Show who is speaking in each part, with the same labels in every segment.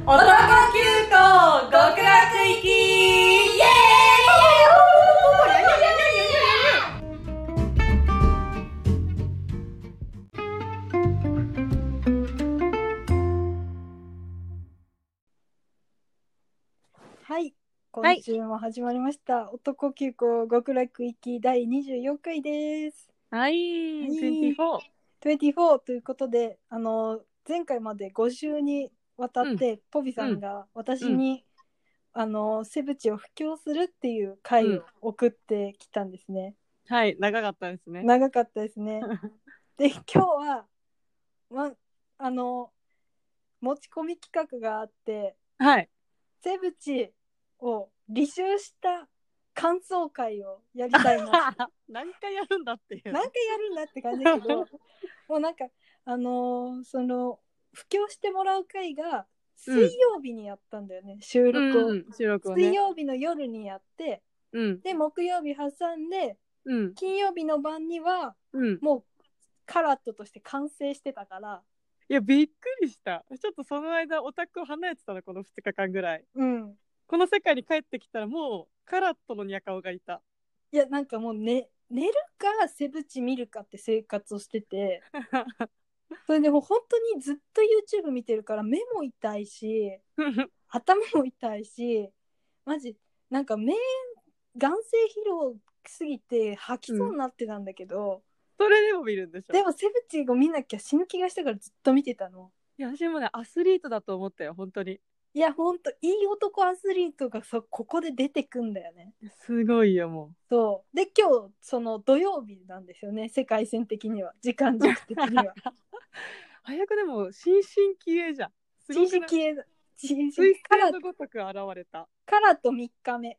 Speaker 1: 男急行極楽行きイエーイ。
Speaker 2: はい、今週も始まりました、男急行極楽行き第24回です。
Speaker 3: はい、24。
Speaker 2: 24ということで、前回まで5週にわたって、ポビさんが私に、セブチを布教するっていう回を送ってきたんですね。
Speaker 3: はい、長かったですね。
Speaker 2: 長かったですね。で、今日は、持ち込み企画があって、
Speaker 3: はい。
Speaker 2: セブチを履修した感想会をやりたいなって
Speaker 3: 何回やるんだっていう。
Speaker 2: 何回やるんだって感じだけどもうなんかその布教してもらう会が水曜日にやったんだよね、収録を、
Speaker 3: 収録をね、
Speaker 2: 水曜日の夜にやって、で木曜日挟んで、金曜日の晩には、もうカラットとして完成してたから、
Speaker 3: いやびっくりした。ちょっとその間オタクを離れてたの、この2日間ぐらい。この世界に帰ってきたらもうカラットのニャカオがいた。
Speaker 2: いやなんかもう、寝るかセブチ見るかって生活をしててそれでもう本当にずっと YouTube 見てるから目も痛いし頭も痛いし、マジなんか眼性疲労すぎて吐きそうになってたんだけど、
Speaker 3: それでも見るんでしょ。
Speaker 2: でもセブチを見なきゃ死ぬ気がしたからずっと見てたの。
Speaker 3: いや私もね、アスリートだと思ったよ、本当に。
Speaker 2: いやほんといい男アスリートがここで出てくんだよね。
Speaker 3: すごいよ。もう
Speaker 2: そうで、今日その土曜日なんですよね、世界線的には、時間軸的には
Speaker 3: 早くでも新進気鋭じゃん。
Speaker 2: 新進気鋭、
Speaker 3: 彗星のごとく現れた。
Speaker 2: カラと3日目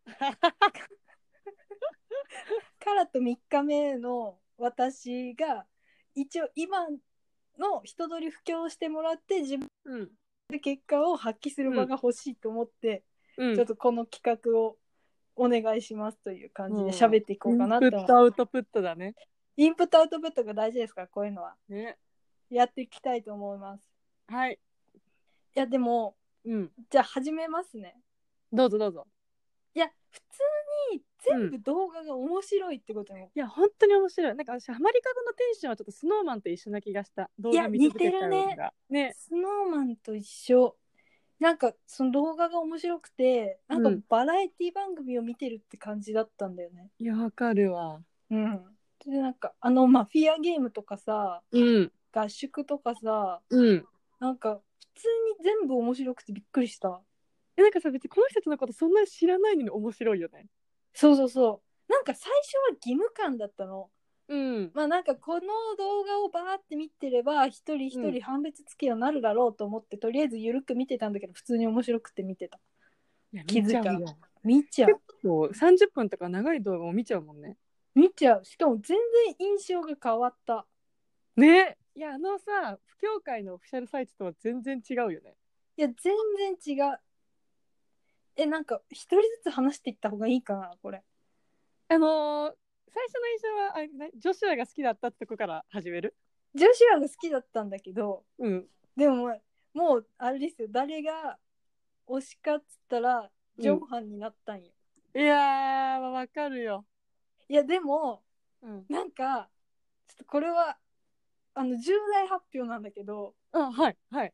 Speaker 2: カラと3日目の私が一応今の人通り布教してもらって自分で結果を発揮する場が欲しいと思って、ちょっとこの企画をお願いしますという感じで喋っていこうかなと。
Speaker 3: インプットアウトプットだね。
Speaker 2: インプットアウトプットが大事ですから、こういうのは、
Speaker 3: ね、や
Speaker 2: っていきたいと思います。
Speaker 3: はい。い
Speaker 2: やでも、じゃあ始めますね。
Speaker 3: どうぞどうぞ。
Speaker 2: いや普通に全部動画が面白いってことよ。
Speaker 3: いや本当に面白い。なんか私ハマり方のテンションはちょっとスノーマンと一緒な気がした。動画見続けちゃうのが。
Speaker 2: 似てるね。スノーマンと一緒。なんかその動画が面白くて、なんかバラエティ番組を見てるって感じだったんだよね。
Speaker 3: いやわかるわ。
Speaker 2: でなんかマフィアゲームとかさ、合宿とかさ、なんか普通に全部面白くてびっくりした。
Speaker 3: なんかさ、別にこの人たちのことそんなに知らないのに面白いよね。
Speaker 2: そうそうそう。なんか最初は義務感だったの。まあなんかこの動画をバーって見てれば一人一人判別つけようになるだろうと思って、とりあえずゆるく見てたんだけど、普通に面白くて見てた。気づいたら見ちゃう。
Speaker 3: 結構30分とか長い動画も見ちゃうもんね。
Speaker 2: 見ちゃう。しかも全然印象が変わった
Speaker 3: ね。いやさ、布教会のオフィシャルサイトとは全然違うよね。
Speaker 2: いや全然違う。なんか一人ずつ話していった方がいいかな、これ。
Speaker 3: 最初の印象はジョシュアが好きだったってとこから始める。
Speaker 2: ジョシュアが好きだったんだけど、でももうあれですよ、誰が推しかっつったらジョンハンになったんよ。
Speaker 3: いやーわかるよ。
Speaker 2: いやでも、なんかちょっとこれは重大発表なんだけど、
Speaker 3: はいはい。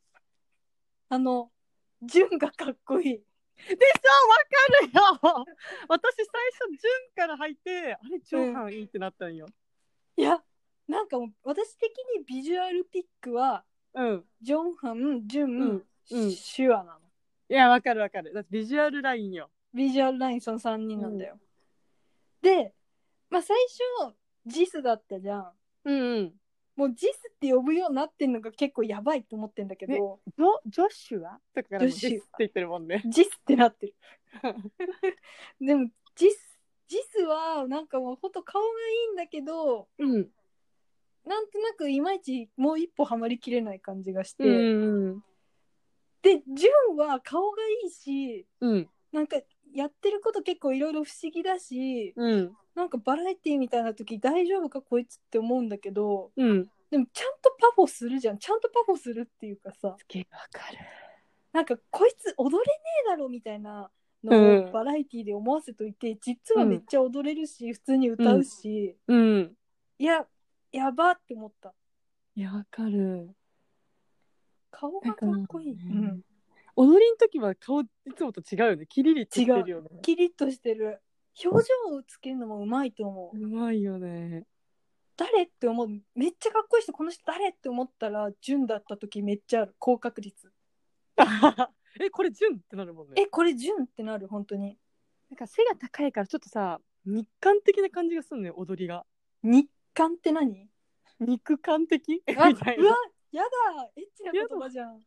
Speaker 2: ジュンがかっこいい。
Speaker 3: でしょ、わかるよ。私最初ジュンから入ってあれジョンハンいいってなったんよ。
Speaker 2: いやなんかもう私的にビジュアルピックは、ジョンハン、ジュン、シュアなの。
Speaker 3: いやわかるわかる。だってビジュアルラインよ。
Speaker 2: ビジュアルラインその3人なんだよ。で、まあ最初ジスだったじゃん。もうジスって呼ぶようになってんのが結構やばいと思ってんだけど、
Speaker 3: ジョシュアとかからもジスって言ってるもんね。
Speaker 2: ジスってなってるでもジスはなんかもうほんと顔がいいんだけど、なんとなくいまいちもう一歩はまりきれない感じがして、でジュンは顔がいいし、なんかやってること結構いろいろ不思議だし、なんかバラエティみたいな時大丈夫かこいつって思うんだけど、でもちゃんとパフォするじゃん。ちゃんとパフォするっていうかさ、
Speaker 3: わかる。
Speaker 2: なんかこいつ踊れねえだろみたいなのをバラエティで思わせといて、実はめっちゃ踊れるし、普通に歌うし、いや、やばって思った。
Speaker 3: いや、わかる。
Speaker 2: 顔がかっこいい。
Speaker 3: 踊りん時は顔いつもと違うよね。キリリとしてるよね。
Speaker 2: キリッとしてる。表情をつけるのもうまいと思う。
Speaker 3: うまいよね。
Speaker 2: 誰って思う。めっちゃかっこいい人、この人誰って思ったら純だった時めっちゃある。高確率。
Speaker 3: これ純ってなるもんね。
Speaker 2: これ純ってなる、本当に。
Speaker 3: なんか背が高いからちょっとさ、日韓的な感じがするのよ、踊りが。
Speaker 2: 日韓って何？
Speaker 3: 肉感的みたいな。
Speaker 2: うわ、やだ、エッチな言葉じゃん。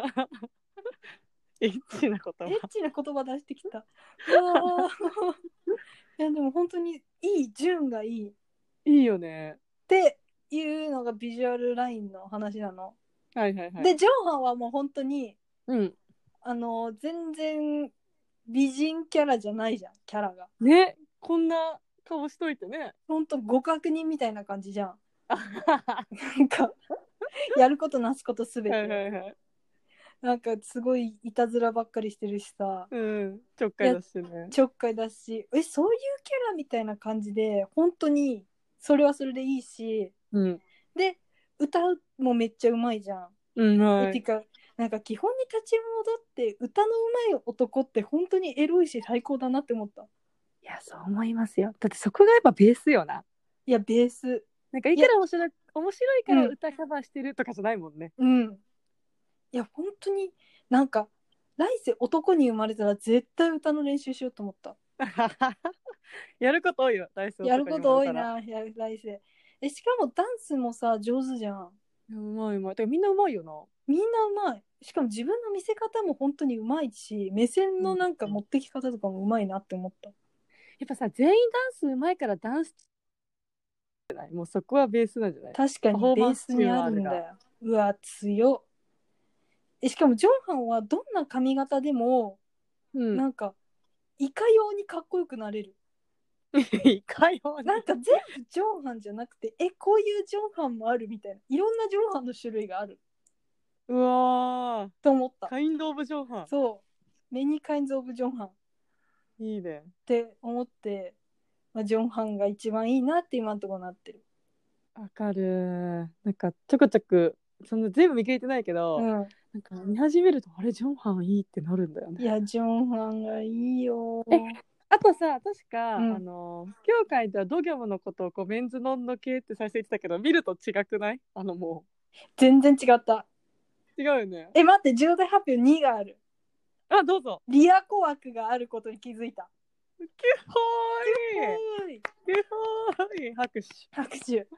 Speaker 3: エッチな言葉。
Speaker 2: エッチな言葉出してきた。いやでも本当にいい、純がいい。
Speaker 3: いいよね。
Speaker 2: っていうのがビジュアルラインの話なの。
Speaker 3: はいはいはい。
Speaker 2: で、ジョンハンはもう本当に、全然美人キャラじゃないじゃん、キャラが。
Speaker 3: ね、こんな顔しといてね。
Speaker 2: ほんと互角人みたいな感じじゃん。なんか、やることなすことすべて。なんかすごいいたずらばっかりしてるしさ。
Speaker 3: ちょっかいだしね。
Speaker 2: ちょっかいだし、そういうキャラみたいな感じで、本当にそれはそれでいいし、で、歌うもめっちゃうまいじゃん。てか、なんか基本に立ち戻って歌のうまい男って本当にエロいし最高だなって思った。
Speaker 3: いや、そう思いますよ。だってそこがやっぱベースよな。
Speaker 2: いや、ベース。
Speaker 3: なんかいくら面白いから歌カバーしてるとかじゃないもんね。
Speaker 2: いや、本当になんか、来世男に生まれたら絶対歌の練習しようと思った。
Speaker 3: やること多いよ、来世。
Speaker 2: やること多いな、来世。しかもダンスもさ、上手じゃん。
Speaker 3: うまいうまい。てかみんなうまいよな。
Speaker 2: みんなうまい。しかも自分の見せ方も本当にうまいし、目線のなんか持ってき方とかもうまいなって思った。
Speaker 3: やっぱさ、全員ダンスうまいからダンスもうそこはベースなんじゃない？
Speaker 2: 確かにベースにあるんだよ。うわ、強っ。しかもジョンハンはどんな髪型でも、なんかいかようにかっこよくなれる。
Speaker 3: いかように。
Speaker 2: なんか全部ジョンハンじゃなくて、こういうジョンハンもあるみたいな。いろんなジョンハンの種類がある。
Speaker 3: うわー。
Speaker 2: と思った。
Speaker 3: カインド・オブ・ジョンハン。
Speaker 2: そう。メニー・カインズ・オブ・ジョンハン。
Speaker 3: いいね。
Speaker 2: って思って、ジョンハンが一番いいなって今のところなってる。
Speaker 3: わかる。なんかちょくちょくその全部見切れてないけど、なんか見始めるとあれジョンハンいいってなるんだよね。
Speaker 2: いやジョンハンがいいよ。
Speaker 3: あとさ、確か、教会ではドギョムのことをこうメンズノンノ系って最初言ってたけど、見ると違くない？もう
Speaker 2: 全然違った。
Speaker 3: 違うよね。
Speaker 2: 待って、重大発表2がある。
Speaker 3: あ、どうぞ。
Speaker 2: リアコ枠があることに気づいた。
Speaker 3: キュホーイキュホーイ拍手
Speaker 2: 拍手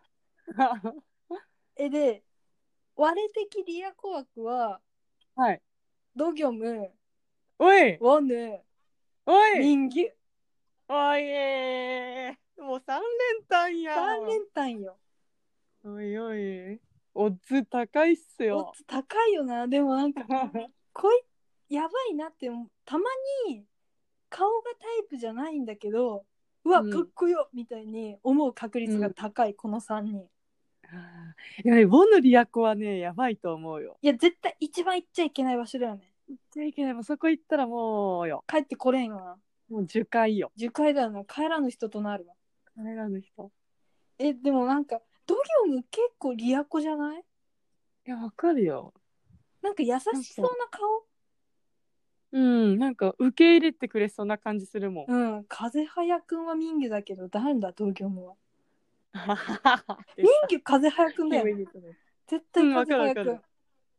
Speaker 2: で、我的リアコ枠は、
Speaker 3: はい、
Speaker 2: ドギョム、
Speaker 3: おい、
Speaker 2: ウォヌ、
Speaker 3: おい、
Speaker 2: ミンギュ。
Speaker 3: おいもう3連単や。
Speaker 2: 3連単よ。
Speaker 3: おいおい、オッズ高いっすよ。
Speaker 2: オッズ高いよな。でもなんかやばいなって、たまに顔がタイプじゃないんだけど、うわ、かっこよみたいに思う確率が高い、この3人。
Speaker 3: いや、ウォヌリアコはね、やばいと思うよ。
Speaker 2: いや、絶対一番行っちゃいけない場所だよね。
Speaker 3: 行っちゃいけない。もうそこ行ったらもうよ。
Speaker 2: 帰ってこれんよな。
Speaker 3: もう樹海よ。
Speaker 2: 樹海だよな。帰らぬ人となるわ。
Speaker 3: 帰らぬ人。
Speaker 2: でもなんか、ドギョム結構リアコじゃない？
Speaker 3: いや、わかるよ。
Speaker 2: なんか優しそうな顔？
Speaker 3: なんか受け入れてくれそうな感じするも
Speaker 2: ん。風早くんはミンギュだけど、誰だ、ドギョムは。ミンギュ風早くんだよ、ね。絶対風早くん。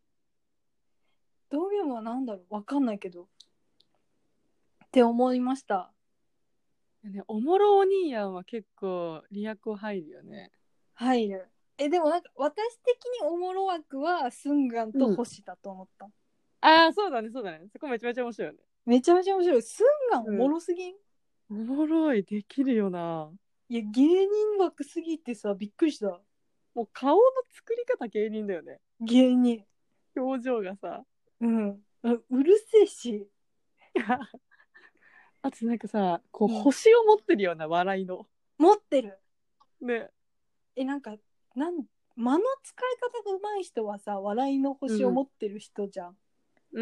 Speaker 2: ドギョムはなんだろう、わかんないけど。って思いました。
Speaker 3: おもろお兄やんは結構リアコ入るよね。
Speaker 2: 入る。でもなんか私的におもろ枠はスンガンと星だと思った。
Speaker 3: ああ、そうだね、そうだね。そこめちゃめちゃ面白いよね。
Speaker 2: めちゃめちゃ面白い。スンガンおもろすぎん？
Speaker 3: おもろい、できるよな。
Speaker 2: いや、芸人枠すぎてさ、びっくりした。
Speaker 3: もう顔の作り方芸人だよね。
Speaker 2: 芸人。
Speaker 3: 表情がさ。
Speaker 2: うるせえし。
Speaker 3: あとなんかさ、こう、星を持ってるような笑いの。
Speaker 2: 持ってる。
Speaker 3: ね。
Speaker 2: なんか、間の使い方が上手い人はさ、笑いの星を持ってる人じゃん。
Speaker 3: うん。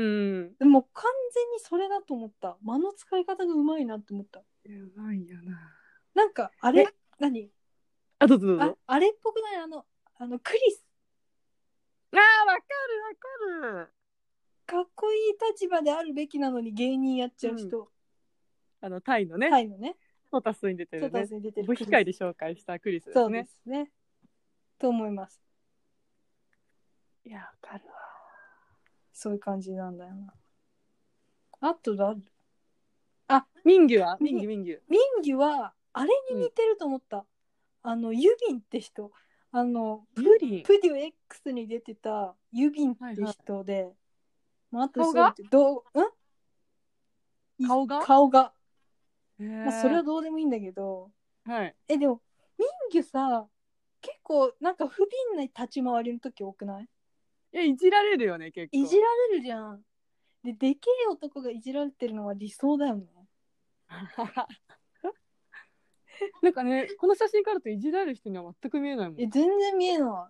Speaker 2: でも完全にそれだと思った。間の使い方がうまいなって思った。
Speaker 3: うまいよな。
Speaker 2: なんかあれ何？
Speaker 3: どうぞどうぞ。
Speaker 2: あれっぽくない？クリス。
Speaker 3: わかる。
Speaker 2: かっこいい立場であるべきなのに芸人やっちゃう人。タイのね。ソータスに出てるね。武器会で紹介したクリスですね。 そうですね。と思います。
Speaker 3: いや、わかるわ。
Speaker 2: そういう感じなんだよな。あと誰？
Speaker 3: ミンギュは
Speaker 2: あれに似てると思った。ユビンって人。プデュ X に出てたユビンって人で。
Speaker 3: 顔が
Speaker 2: 顔が。それはどうでもいいんだけど。でも、ミンギュさ、結構なんか不憫な立ち回りの時多くない？
Speaker 3: いじられるよね、結構。
Speaker 2: いじられるじゃん。でけえ男がいじられてるのは理想だよね。
Speaker 3: なんかね、この写真からといじられる人には全く見えないもん。
Speaker 2: 全然見えない。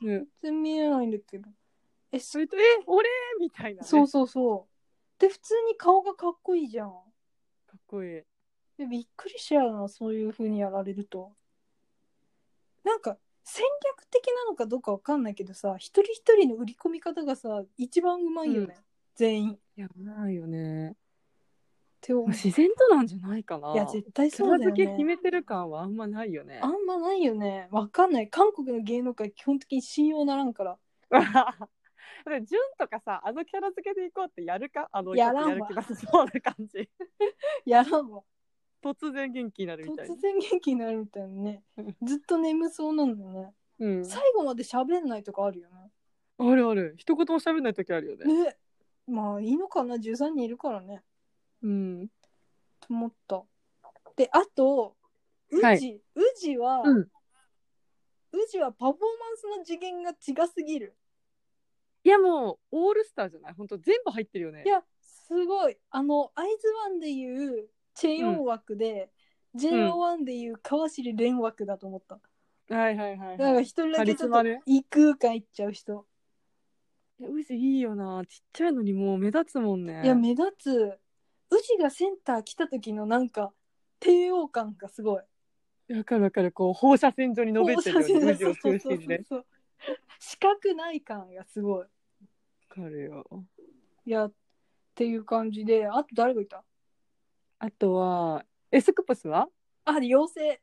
Speaker 2: 全然見えないんだけど。
Speaker 3: それと、俺みたいな、ね。
Speaker 2: そう。で、普通に顔がかっこいいじゃん。か
Speaker 3: っこいい。
Speaker 2: で、びっくりしちゃうな、そういう風にやられると。なんか、戦略的なのかどうかわかんないけどさ、一人一人の売り込み方がさ、一番うまいよね。全員。
Speaker 3: いや、うまいよね。
Speaker 2: 自
Speaker 3: 然となんじゃないかな。
Speaker 2: いや、絶対そうだよね。
Speaker 3: キャラ付け決めてる感はあんまないよね。
Speaker 2: あんまないよね。わかんない。韓国の芸能界基本的に信用ならんから。
Speaker 3: ジュンとかさ、キャラ付けでいこうってやるか？
Speaker 2: やらんわ。
Speaker 3: やる気なさそうな感じ。
Speaker 2: やらんわ。
Speaker 3: 突然元気になるみたいな。
Speaker 2: 突然元気になるみたいなね。ずっと眠そうなんだよね。最後まで喋んないとかあるよね。
Speaker 3: ある。一言も喋んない時あるよね。
Speaker 2: ね。まあいいのかな、13人いるからね。と思った。で、あと、ウジはパフォーマンスの次元が違すぎる。
Speaker 3: いや、もうオールスターじゃない？本当全部入ってるよね。
Speaker 2: いや、すごい。アイズワンでいうチェヨン枠で、JO1 でいう川尻蓮枠だと思った。だから一人だけちょっと異空間行っちゃう人。
Speaker 3: ウジいいよな。ちっちゃいのにもう目立つもんね。
Speaker 2: いや、目立つ。ウジがセンター来た時のなんか帝王感がすごい。
Speaker 3: わかる。こう放射線上に伸びてるよね。ウジを中心で。
Speaker 2: 四角ない感がすごい。わ
Speaker 3: かるよ。
Speaker 2: いや、っていう感じで、あと誰がいた？
Speaker 3: あとはエスクプスは？
Speaker 2: 妖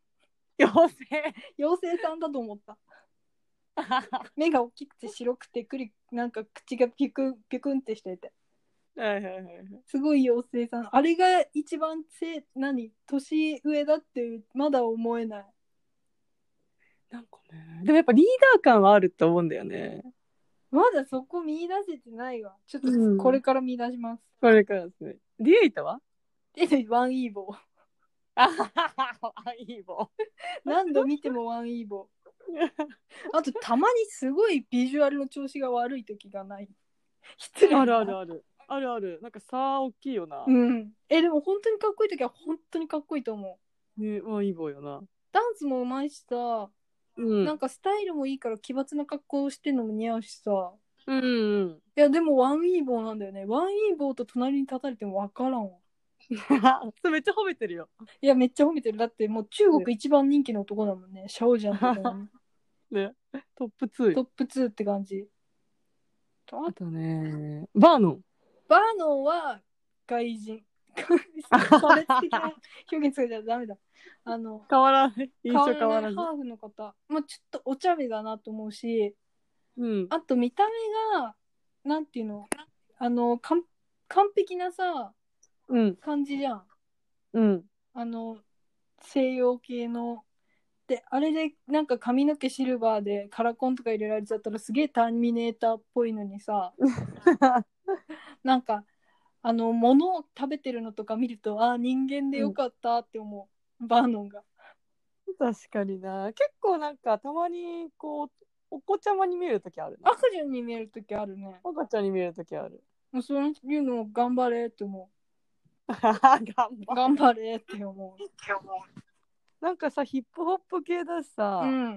Speaker 2: 精さんだと思った。目が大きくて白くてなんか口がピクンってしてて。すごい妖精さん。あれが一番年上だってまだ思えない。
Speaker 3: なんかね。でもやっぱリーダー感はあると思うんだよね。
Speaker 2: まだそこ見出せてないわ。ちょっとこれから見出します。
Speaker 3: これからですね。ディエイトは？
Speaker 2: ワンイーボー。ワンイーボー。何度見てもワンイーボー。あとたまにすごいビジュアルの調子が悪い時がない？
Speaker 3: ある。なんか差大きいよな。
Speaker 2: でも本当にかっこいい時は本当にかっこいいと思
Speaker 3: う。ね、ワンイーボーよな。
Speaker 2: ダンスもうまいしさ、なんかスタイルもいいから奇抜な格好をしてるのも似合うしさ。いやでもワンイーボーなんだよね。ワンイーボーと隣に立たれても分からんわ。
Speaker 3: めっちゃ褒めてるよ。
Speaker 2: いやめっちゃ褒めてる。だってもう中国一番人気の男だもんね。シャオジャンとか
Speaker 3: ね。トップ2
Speaker 2: って感じ。
Speaker 3: あとね、バーノ
Speaker 2: ンは外人。差別的な表現使っちゃダメだ。
Speaker 3: 変わらない。印象変わらず。
Speaker 2: ハーフの方、ちょっとお茶目だなと思うし、あと見た目がなんていうの、完璧なさ、感じじゃん。西洋系の。で、あれでなんか髪の毛シルバーでカラコンとか入れられちゃったらすげえターミネーターっぽいのにさなんか物を食べてるのとか見ると人間でよかったって思う、バーノンが。
Speaker 3: 確かにな。結構なんかたまにこうお子ちゃまに見えるときあるね。
Speaker 2: 赤ちゃんに見えるときあるね。
Speaker 3: 赤ちゃんに見えるときある。
Speaker 2: もうそういうの頑張れって思う。頑張れって思う。
Speaker 3: なんかさ、ヒップホップ系だしさ、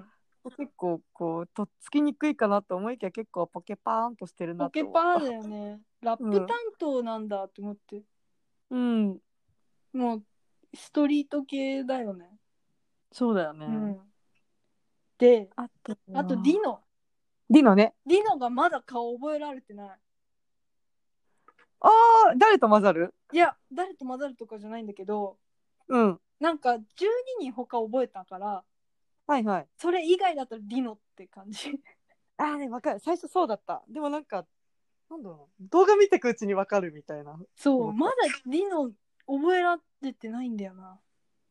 Speaker 3: 結構こうとっつきにくいかなと思いきや結構ポケパーンとしてるな
Speaker 2: ポケ
Speaker 3: と思った。
Speaker 2: パーだよね。ラップ担当なんだって思って。
Speaker 3: うん。
Speaker 2: もうストリート系だよね。
Speaker 3: そうだよね。
Speaker 2: うん。で、
Speaker 3: あと
Speaker 2: ディノ。
Speaker 3: ディノね。
Speaker 2: ディノがまだ顔覚えられてない。
Speaker 3: ああ、誰と混ざる？
Speaker 2: いや、誰と混ざるとかじゃないんだけど、
Speaker 3: うん。
Speaker 2: なんか12人他覚えたから、
Speaker 3: はいはい。
Speaker 2: それ以外だったらディノって感じ。
Speaker 3: ああね、わかる。最初そうだった。でもなんか、なんだろう。動画見てくうちにわかるみたいな。
Speaker 2: そう、まだディノ覚えられてないんだよな。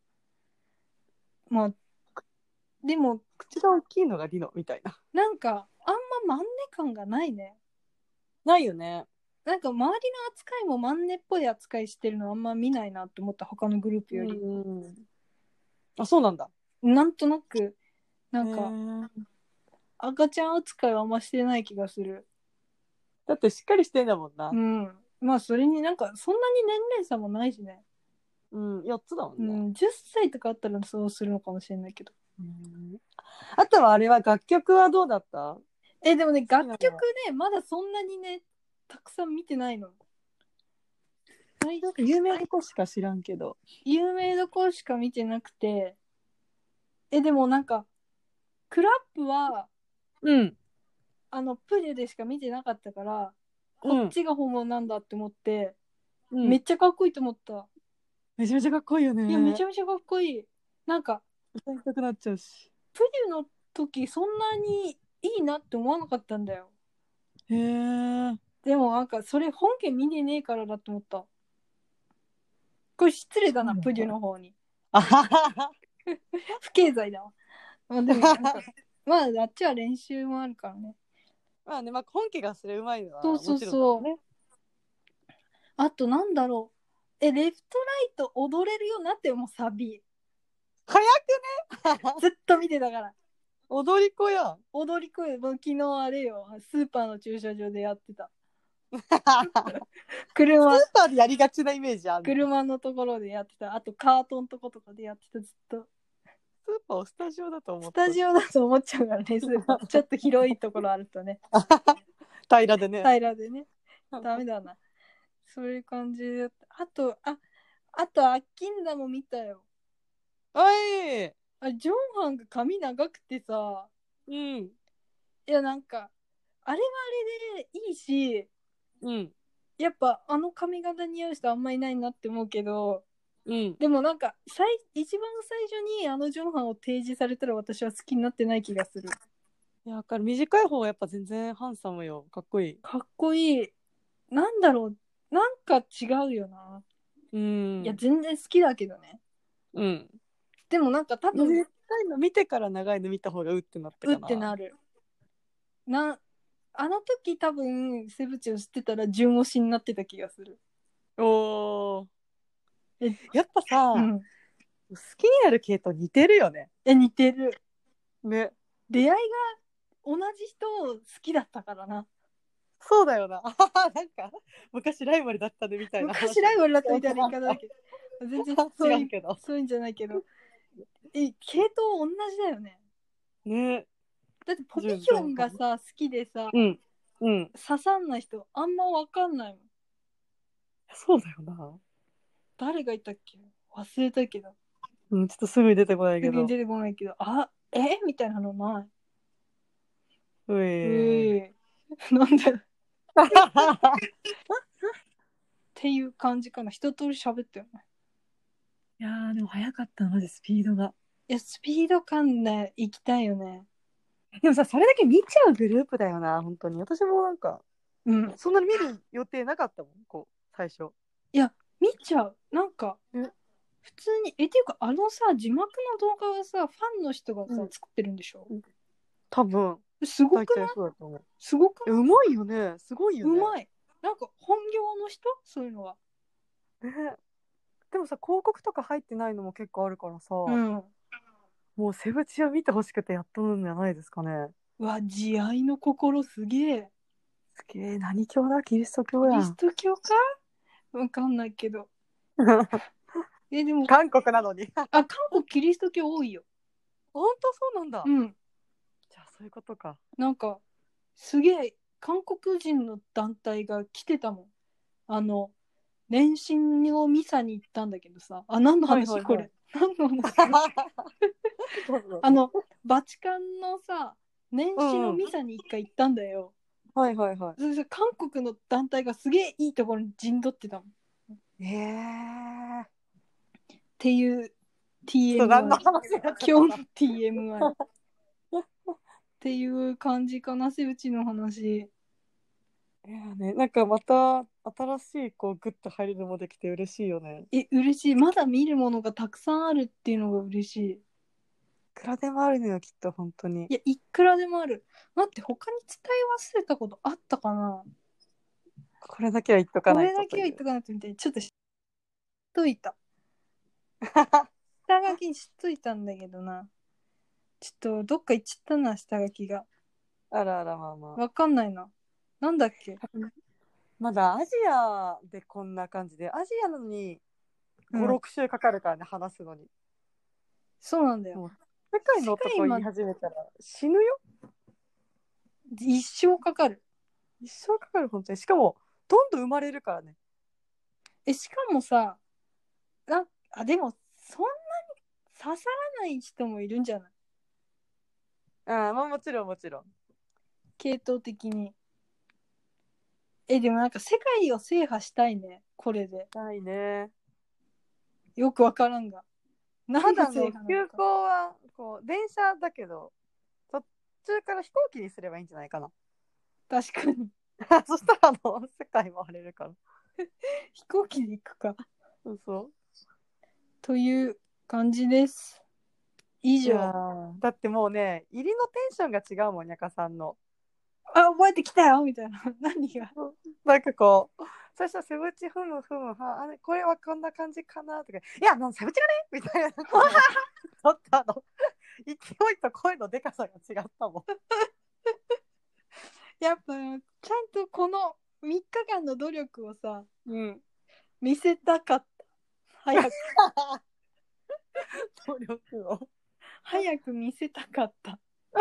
Speaker 2: まあ、でも、
Speaker 3: 口が大きいのがディノみたいな。
Speaker 2: なんか、あんまマンネ感がないね。
Speaker 3: ないよね。
Speaker 2: なんか周りの扱いもマンネっぽい扱いしてるのあんま見ないなって思った、他のグループより。
Speaker 3: あ、そうなんだ。
Speaker 2: なんとなく、なんか、赤ちゃん扱いはあんましてない気がする。
Speaker 3: だってしっかりしてんだもんな。
Speaker 2: うん。まあ、それになんか、そんなに年齢差もないしね。
Speaker 3: うん、4つだもんね。
Speaker 2: うん、10歳とかあったらそうするのかもしれないけど。
Speaker 3: あとはあれは楽曲はどうだった？
Speaker 2: でもね、楽曲ね、まだそんなにね、たくさん見てないの。
Speaker 3: なんか有名どこしか知らんけど。
Speaker 2: 有名どころしか見てなくて。でもなんか、クラップは、
Speaker 3: うん。
Speaker 2: プリュでしか見てなかったから、こっちが本物なんだって思って、
Speaker 3: うん、
Speaker 2: めっちゃかっこいいと思った。
Speaker 3: めちゃめちゃかっこいいよね。
Speaker 2: いや、めちゃめちゃかっこいい。なんか、
Speaker 3: 歌いたくなっちゃうし。
Speaker 2: プリュの時、そんなにいいなって思わなかったんだよ。
Speaker 3: へえ。
Speaker 2: でもなんか、それ本家見てねえからだと思った。これ失礼だな、プリュの方に。
Speaker 3: あはは
Speaker 2: 不経済だわ。まあでもなんか、まああっちは練習もあるからね。
Speaker 3: まあね、まあ本家がそれうまいのは
Speaker 2: そうそうそう。ね、あとなんだろう。レフトライト踊れるようになってもうサビ。
Speaker 3: 早
Speaker 2: くねずっと見てたから。
Speaker 3: 踊り子や。
Speaker 2: 踊り子よ。昨日あれよ。スーパーの駐車場でやってた。
Speaker 3: 車スーパーでやりがちなイメージある。
Speaker 2: 車のところでやってた。あとカートのとことかでやってた、ずっと。
Speaker 3: スーパーをスタジオだと思った。
Speaker 2: スタジオだと思っちゃうからね、スーパー。ちょっと広いところあるとね。
Speaker 3: 平らでね。
Speaker 2: 平らでね。ダメだな。そういう感じで。あと、アッキンダも見たよ。
Speaker 3: おい。
Speaker 2: ジョンハンが髪長くてさ。
Speaker 3: うん。い
Speaker 2: や、なんか、あれはあれでいいし、
Speaker 3: うん。
Speaker 2: やっぱ髪型似合う人あんまいないなって思うけど、
Speaker 3: うん、
Speaker 2: でもなんか一番最初にジョンハンを提示されたら私は好きになってない気がする。
Speaker 3: いや、わかる。短い方はやっぱ全然ハンサムよ。かっこいい。
Speaker 2: かっこいい。なんだろう、なんか違うよな。
Speaker 3: うん。
Speaker 2: いや、全然好きだけどね。
Speaker 3: うん。
Speaker 2: でもなんか多分
Speaker 3: 短いの見てから長いの見た方がうってなったかな。
Speaker 2: うってなる。あの時多分セブチを知ってたら順推しになってた気がする。
Speaker 3: おー。やっぱさ、
Speaker 2: うん、
Speaker 3: 好きになる系と似てるよね。
Speaker 2: 似てる。
Speaker 3: ね。
Speaker 2: 出会いが同じ人を好きだったからな。
Speaker 3: そうだよな。なんか昔ライバルだったねみたいな。
Speaker 2: 昔ライバルだったみたいな言い方だけど、全然そういうんじゃないけど、系統同じだよね。
Speaker 3: ね。
Speaker 2: だってポピヒョンがさ好きでさ、
Speaker 3: うんうん、
Speaker 2: 刺さんない人あんま分かんないもん。
Speaker 3: そうだよな。
Speaker 2: 誰がいたっけ、忘れたけど。
Speaker 3: うん、ちょっとすぐに出てこないけど。
Speaker 2: すぐに出てこないけど、みたいなのない。なんでっていう感じかな。一通り喋ったよね。
Speaker 3: いやーでも早かったな、マジスピードが。
Speaker 2: いや、スピード感で行きたいよね。
Speaker 3: でもさ、それだけ見ちゃうグループだよな、本当に。私もなんか、そんなに見る予定なかったもん、こう、最初。
Speaker 2: いや、見ちゃう。なんか、普通に、っていうか、さ、字幕の動画はさ、ファンの人がさ、作ってるんでしょ？
Speaker 3: 多分。
Speaker 2: すごくない？すごくない？
Speaker 3: うまいよね。すごいよね。
Speaker 2: うまい。なんか、本業の人？そういうのは。
Speaker 3: でもさ、広告とか入ってないのも結構あるからさ、もうセブチを見てほしくてやっとるんじゃないですかね。
Speaker 2: 慈愛の心すげえ。
Speaker 3: すげえ、何教だ？キリスト教やん。
Speaker 2: キリスト教か？わかんないけど。でも
Speaker 3: 韓国なのに。
Speaker 2: 韓国キリスト教多いよ。
Speaker 3: 本当そうなんだ。
Speaker 2: うん。
Speaker 3: そういうことか。
Speaker 2: なんかすげえ韓国人の団体が来てたもん。年始のミサに行ったんだけどさ、何の話、これ何の話バチカンのさ年始のミサに一回行ったんだよ。
Speaker 3: はいはいはい。
Speaker 2: それ韓国の団体がすげえいいところに陣取ってたもん。っていう TMI。
Speaker 3: 何の話
Speaker 2: 今日の TMI っていう感じかな、せうちの話。
Speaker 3: いやね、なんかまた新しいこうグッと入るのもできて嬉しいよね。
Speaker 2: 嬉しい。まだ見るものがたくさんあるっていうのが嬉しい。
Speaker 3: いくらでもあるのよ、きっと本当に。
Speaker 2: いや、いくらでもある。待って、他に伝え忘れたことあったかな。
Speaker 3: これだけは言っとかないと。
Speaker 2: これだけは言っとかないとみたいにちょっと知っといた。下書き知っといたんだけどな。ちょっとどっか行っちゃったな、下書きが。
Speaker 3: あらあら、まあまあ。
Speaker 2: わかんないな。なんだっけ。
Speaker 3: まだアジアでこんな感じで、アジアなのに5、6週かかるからね、話すのに。
Speaker 2: そうなんだよ。
Speaker 3: 世界の男言い始めたら死ぬよ。
Speaker 2: 一生かかる。
Speaker 3: 一生かかる、本当に。しかもどんどん生まれるからね。
Speaker 2: しかもさ、でもそんなに刺さらない人もいるんじゃない。
Speaker 3: まあもちろんもちろん。
Speaker 2: 系統的に。でもなんか世界を制覇したいね、これで。
Speaker 3: ないね。
Speaker 2: よくわからんが。
Speaker 3: ただの空港はこう電車だけど、途中から飛行機にすればいいんじゃないかな。
Speaker 2: 確かに。
Speaker 3: そしたら世界回れるから。
Speaker 2: 飛行機で行くか。
Speaker 3: そう。
Speaker 2: という感じです。以上。
Speaker 3: だってもうね、入りのテンションが違うもん、にゃかさんの。
Speaker 2: 覚えてきたよみたいな。何が。
Speaker 3: なんかこう、最初はセブチふむふむ、これはこんな感じかなとか、いや、セブチがねみたいな。ちょっと勢いと声のでかさが違ったもん。
Speaker 2: やっぱちゃんとこの3日間の努力をさ、見せたかった。早く
Speaker 3: 努力を
Speaker 2: 早く見せたかった。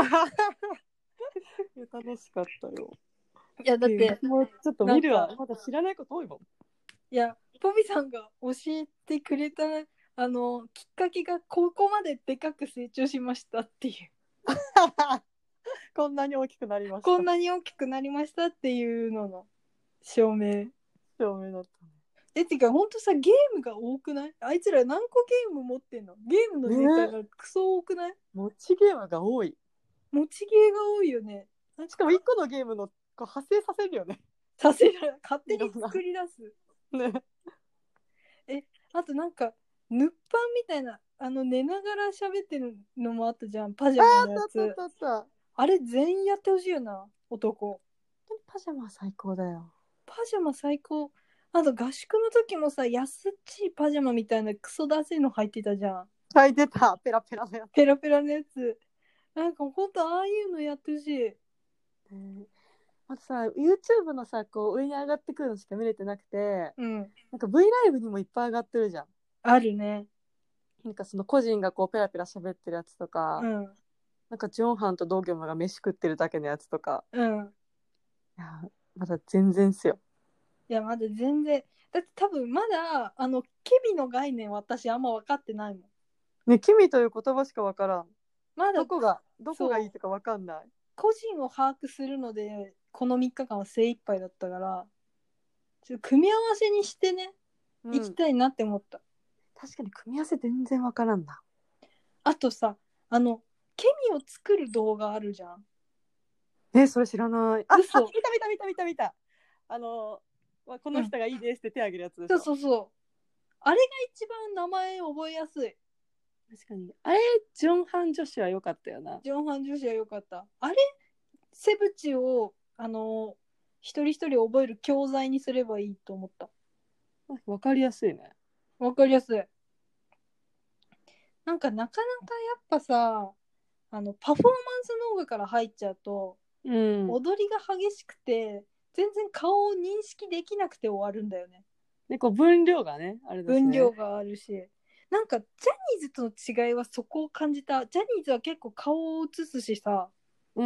Speaker 3: 楽しかったよ。
Speaker 2: いやだって
Speaker 3: もうちょっと見るわ。まだ知らないこと多いもん。
Speaker 2: いや、ポビさんが教えてくれたきっかけがここまででかく成長しましたっていう
Speaker 3: こんなに大きくなりました。
Speaker 2: こんなに大きくなりましたっていうのの証明
Speaker 3: だった
Speaker 2: ね。てかほんとさ、ゲームが多くない？あいつら何個ゲーム持ってんの？ゲームのネタがクソ多くない？
Speaker 3: 持ちゲームが多い。
Speaker 2: 持ちゲーが多いよね。
Speaker 3: しかも1個のゲームの派生させるよね。
Speaker 2: させる、勝手に作り出す
Speaker 3: ね。
Speaker 2: あとなんかヌッパンみたいな寝ながら喋ってるのもあったじゃん、パジャマのやつ。あれ全員やってほしいよな、男。
Speaker 3: パジャマ最高だよ。
Speaker 2: パジャマ最高。あと合宿の時もさ、安っちいパジャマみたいなクソダセいの入ってたじゃん。
Speaker 3: 履いてた、ペラペラのやつ。
Speaker 2: ペラペラのやつ。なんかほんとああいうのやってほしい。
Speaker 3: あとさ、YouTube のさ、こう上に上がってくるのしか見れてなくて、なんか V ライブにもいっぱい上がってるじゃん。
Speaker 2: あるね。
Speaker 3: なんかその個人がこうペラペラ喋ってるやつとか、なんかジョンハンとドーギョムが飯食ってるだけのやつとか。いや、まだ全然っすよ。い
Speaker 2: や、まだ全然。だって多分まだケミの概念私あんま分かってないもん。
Speaker 3: ね、ケミという言葉しか分からん。
Speaker 2: まだ
Speaker 3: どこがいいとか分かんない。
Speaker 2: 個人を把握するのでこの3日間は精一杯だったから、ちょっと組み合わせにしてね、行きたいなって思った。
Speaker 3: 確かに組み合わせ全然分からんな。あ
Speaker 2: とさ、ケミを作る動画あるじゃん。
Speaker 3: それ知らない。見た。この人がいいですって手挙げるやつでしょ。
Speaker 2: そう。あれが一番名前覚えやすい。
Speaker 3: 確かに。あれ、ジョンハン女子は良かったよな。
Speaker 2: ジョンハン女子は良かった。あれ、セブチを一人一人覚える教材にすればいいと思った。
Speaker 3: わかりやすいね。
Speaker 2: わかりやすい。なんかなかなかやっぱさ、パフォーマンス動画から入っちゃうと、踊りが激しくて全然顔を認識できなくて終わるんだよね。
Speaker 3: でこう分量がね、あれですね。
Speaker 2: 分量があるし、なんかジャニーズとの違いはそこを感じた。ジャニーズは結構顔を映すしさ、
Speaker 3: うん。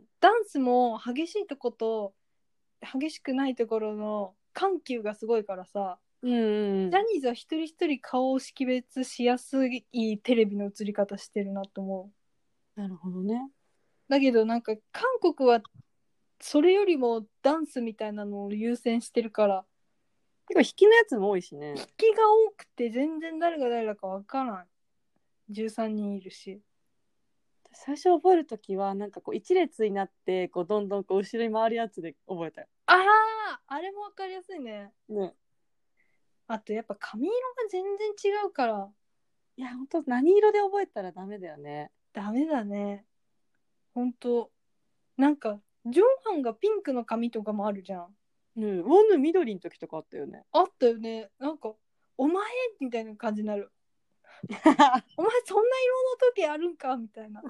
Speaker 2: ダンスも激しいとこと激しくないところの緩急がすごいからさ、
Speaker 3: うんうん
Speaker 2: ジャニーズは一人一人顔を識別しやすいテレビの映り方してるなと思う。
Speaker 3: なるほどね。
Speaker 2: だけどなんか韓国はそれよりもダンスみたいなのを優先してるから、
Speaker 3: 結構引きのやつも多いしね。
Speaker 2: 引きが多くて全然誰が誰だかわからん。13人いるし。
Speaker 3: 最初覚えるときはなんかこう一列になってこうどんどんこう後ろに回るやつで覚えたよ。
Speaker 2: ああ、あれもわかりやすいね。
Speaker 3: ね。
Speaker 2: あとやっぱ髪色が全然違うから
Speaker 3: いや本当何色で覚えたらダメだよね。
Speaker 2: ダメだね。本当なんかジョンハンがピンクの髪とかもあるじゃん。
Speaker 3: うん。ウォンヌ緑の時とかあったよね。
Speaker 2: あったよね。なんかお前みたいな感じになる。お前そんな色の時あるんかみたいな。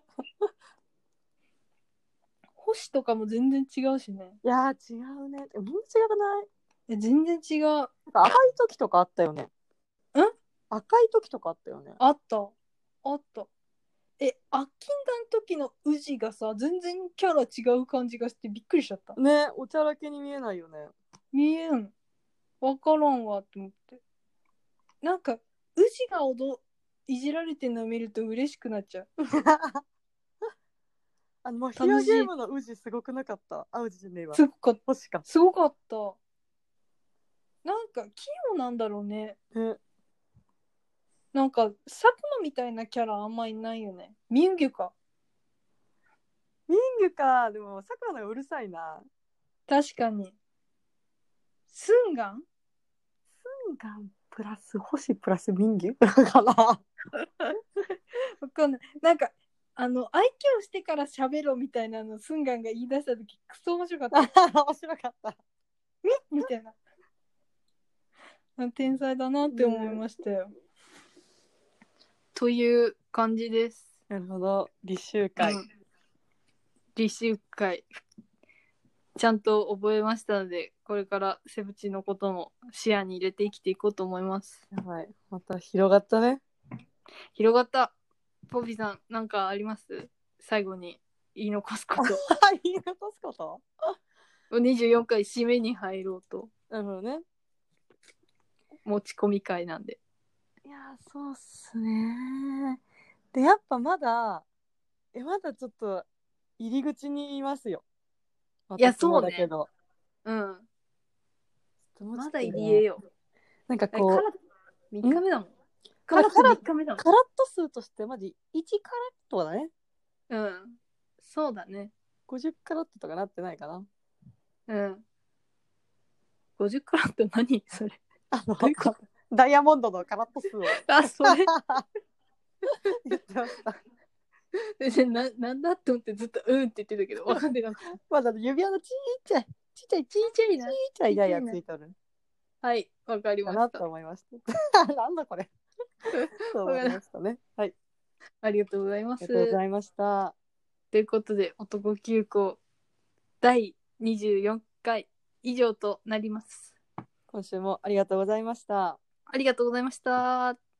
Speaker 2: 星とかも全然違うしね。
Speaker 3: いやー違うね。ほんと違くない？
Speaker 2: 全然違う。
Speaker 3: なんか赤い時とかあったよね。赤い時とかあったよね。
Speaker 2: あった。あった。アッキンダの時のウジがさ、全然キャラ違う感じがしてびっくりしちゃった。
Speaker 3: ね、おちゃらけに見えないよね。
Speaker 2: 見えん。わからんわと思って。なんか、ウジがいじられてるのを見ると嬉しくなっちゃう。
Speaker 3: マフィアゲームのウジすごくなかった？ウジじゃねえわ。
Speaker 2: すごかった。
Speaker 3: 星か。
Speaker 2: すごかった。なんか器用なんだろうね。なんか佐久間みたいなキャラあんまいないよね。ミンギュか。
Speaker 3: ミンギュか。でもさくらのがうるさいな。
Speaker 2: 確かに。スンガン
Speaker 3: スンガンプラス星プラスミンギュかな。
Speaker 2: わかんない。なんか愛嬌してから喋ろみたいなのスンガンが言い出した時クソ面白かった。
Speaker 3: 面白かった。
Speaker 2: みたいな。天才だなって思いましたよ。という感じです。
Speaker 3: なるほど。立秋会。
Speaker 2: 立秋会。ちゃんと覚えましたので、これからセブチのことも視野に入れて生きていこうと思います。
Speaker 3: やばい。また広がったね。
Speaker 2: 広がった。ポピーさん、なんかあります？最後に言い残すこと。
Speaker 3: 言い残すこと？
Speaker 2: 24回締めに入ろうと。
Speaker 3: なるほどね。
Speaker 2: 持ち込み会なんで。
Speaker 3: いやそうっすね。でやっぱまだちょっと入り口にいますよ。
Speaker 2: いやそうね
Speaker 3: だけど。
Speaker 2: うん。まだ入
Speaker 3: り
Speaker 2: れよ。
Speaker 3: なんかこう
Speaker 2: 3日目だもん。
Speaker 3: カラッ
Speaker 2: 3日目だもん。
Speaker 3: カラット数としてマジ1カラットだね。
Speaker 2: うん。そうだね。
Speaker 3: 50カラットとかなってないかな。
Speaker 2: うん。50カラット何それ。
Speaker 3: ダイヤモンドのカラット数を。
Speaker 2: それ
Speaker 3: 言ってました。
Speaker 2: なんだって思ってずっとうんって言ってたけど分かんなかった。
Speaker 3: まだ指輪のちっちゃいダイヤついとる。
Speaker 2: はい、わかりました。
Speaker 3: かなと思いました。なんだこれ。そう思いましたね。はい。
Speaker 2: ありがとうございます。
Speaker 3: ありがとうございました。
Speaker 2: ということで、男急行第24回以上となります。
Speaker 3: 今週もありがとうございました。
Speaker 2: ありがとうございました。